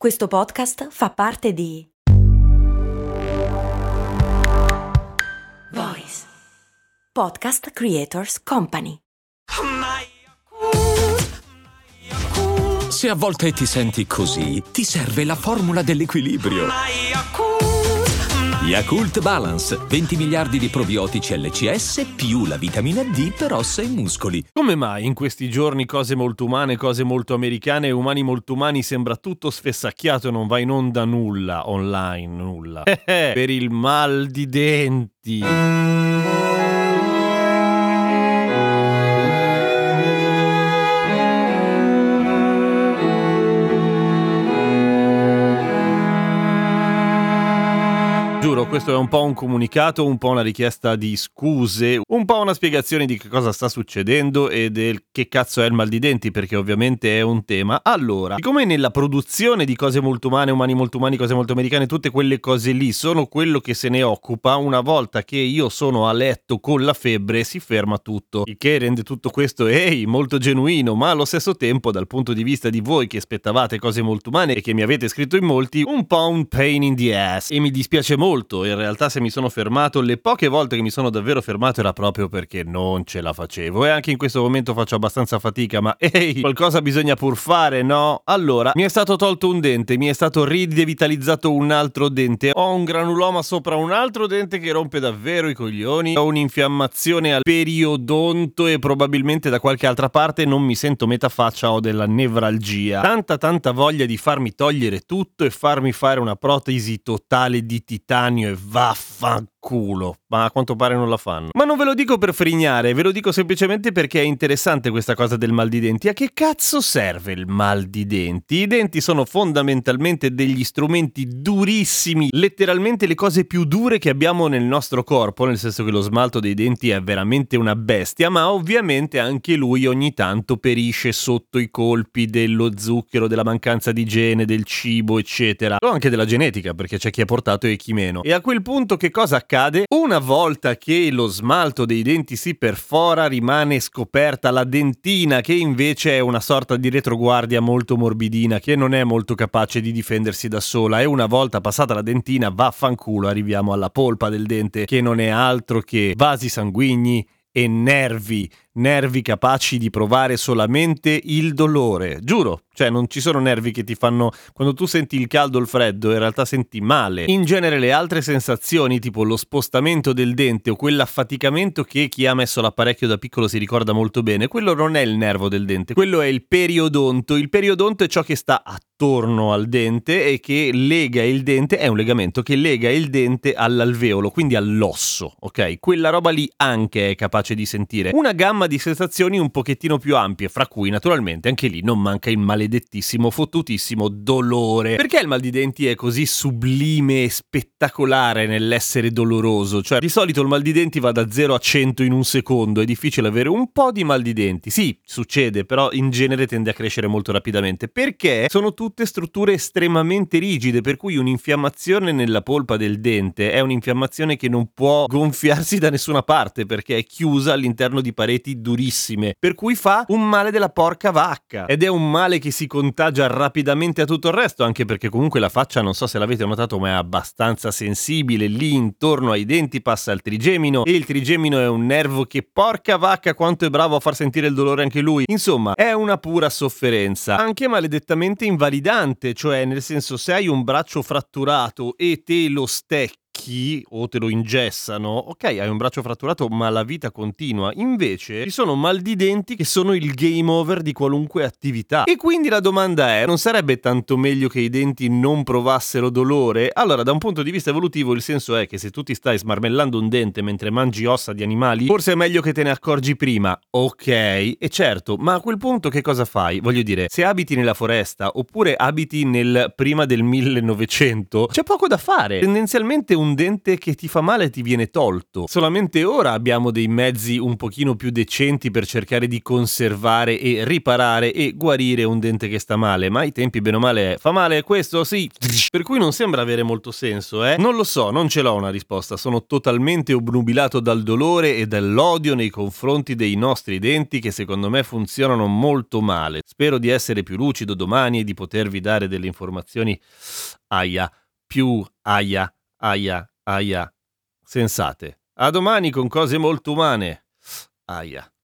Questo podcast fa parte di Voice Podcast Creators Company. Se a volte ti senti così, ti serve la formula dell'equilibrio. Yakult Balance, 20 miliardi di probiotici LCS più la vitamina D per ossa e muscoli. Come mai in questi giorni cose molto umane, cose molto americane e umani molto umani sembra tutto sfessacchiato e non va in onda nulla, online nulla? Per il mal di denti. Giuro, questo è un po' un comunicato, un po' una richiesta di scuse, un po' una spiegazione di che cosa sta succedendo e del che cazzo è il mal di denti, perché ovviamente è un tema. Allora, siccome nella produzione di cose molto umane, umani molto umani, cose molto americane, tutte quelle cose lì sono quello che se ne occupa, una volta che io sono a letto con la febbre si ferma tutto, il che rende tutto questo, molto genuino, ma allo stesso tempo dal punto di vista di voi che aspettavate cose molto umane e che mi avete scritto in molti, un po' un pain in the ass, e mi dispiace molto. In realtà se mi sono fermato, le poche volte che mi sono davvero fermato era proprio perché non ce la facevo, e anche in questo momento faccio abbastanza fatica, ma qualcosa bisogna pur fare, no? Allora, mi è stato tolto un dente, mi è stato ridevitalizzato un altro dente, ho un granuloma sopra un altro dente che rompe davvero i coglioni, ho un'infiammazione al periodonto e probabilmente da qualche altra parte non mi sento metà faccia, ho della nevralgia, tanta voglia di farmi togliere tutto e farmi fare una protesi totale di titanio e vaffanculo, ma a quanto pare non la fanno. Ma non ve lo dico per frignare, ve lo dico semplicemente perché è interessante questa cosa del mal di denti. A che cazzo serve il mal di denti? I denti sono fondamentalmente degli strumenti durissimi, letteralmente le cose più dure che abbiamo nel nostro corpo, nel senso che lo smalto dei denti è veramente una bestia, ma ovviamente anche lui ogni tanto perisce sotto i colpi dello zucchero, della mancanza di igiene, del cibo, eccetera, o anche della genetica, perché c'è chi è portato e chi meno. E a quel punto che cosa accade? Una volta che lo smalto dei denti si perfora, rimane scoperta la dentina, che invece è una sorta di retroguardia molto morbidina, che non è molto capace di difendersi da sola, e una volta passata la dentina, vaffanculo, arriviamo alla polpa del dente, che non è altro che vasi sanguigni e nervi capaci di provare solamente il dolore, giuro. Cioè non ci sono nervi che ti fanno, quando tu senti il caldo o il freddo in realtà senti male. In genere le altre sensazioni, tipo lo spostamento del dente o quell'affaticamento che chi ha messo l'apparecchio da piccolo si ricorda molto bene, quello non è il nervo del dente, quello è il periodonto. Il periodonto è ciò che sta attorno al dente e che lega il dente, è un legamento che lega il dente all'alveolo, quindi all'osso, ok? Quella roba lì anche è capace di sentire una gamma di sensazioni un pochettino più ampie, fra cui naturalmente anche lì non manca il maledettissimo, fottutissimo dolore. Perché il mal di denti è così sublime e spettacolare nell'essere doloroso? Cioè, di solito il mal di denti va da 0 a 100 in un secondo, è difficile avere un po' di mal di denti. Sì, succede, però in genere tende a crescere molto rapidamente, perché sono tutte strutture estremamente rigide, per cui un'infiammazione nella polpa del dente è un'infiammazione che non può gonfiarsi da nessuna parte, perché è chiusa all'interno di pareti durissime, per cui fa un male della porca vacca, ed è un male che si contagia rapidamente a tutto il resto, anche perché comunque la faccia, non so se l'avete notato, ma è abbastanza sensibile. Lì intorno ai denti passa il trigemino, e il trigemino è un nervo che, porca vacca, quanto è bravo a far sentire il dolore anche lui. Insomma, è una pura sofferenza, anche maledettamente invalidante, cioè nel senso, se hai un braccio fratturato e te lo stecchi o te lo ingessano, ok, hai un braccio fratturato ma la vita continua. Invece ci sono mal di denti che sono il game over di qualunque attività, e quindi la domanda è: non sarebbe tanto meglio che i denti non provassero dolore? Allora, da un punto di vista evolutivo il senso è che se tu ti stai smarmellando un dente mentre mangi ossa di animali, forse è meglio che te ne accorgi prima, ok, e certo, ma a quel punto che cosa fai? Voglio dire, se abiti nella foresta oppure abiti nel prima del 1900, c'è poco da fare. Tendenzialmente un un dente che ti fa male ti viene tolto. Solamente ora abbiamo dei mezzi un pochino più decenti per cercare di conservare e riparare e guarire un dente che sta male, ma ai tempi bene o male fa male questo sì, per cui non sembra avere molto senso, Non lo so, non ce l'ho una risposta, sono totalmente obnubilato dal dolore e dall'odio nei confronti dei nostri denti che secondo me funzionano molto male. Spero di essere più lucido domani e di potervi dare delle informazioni più sensate. A domani con cose molto umane.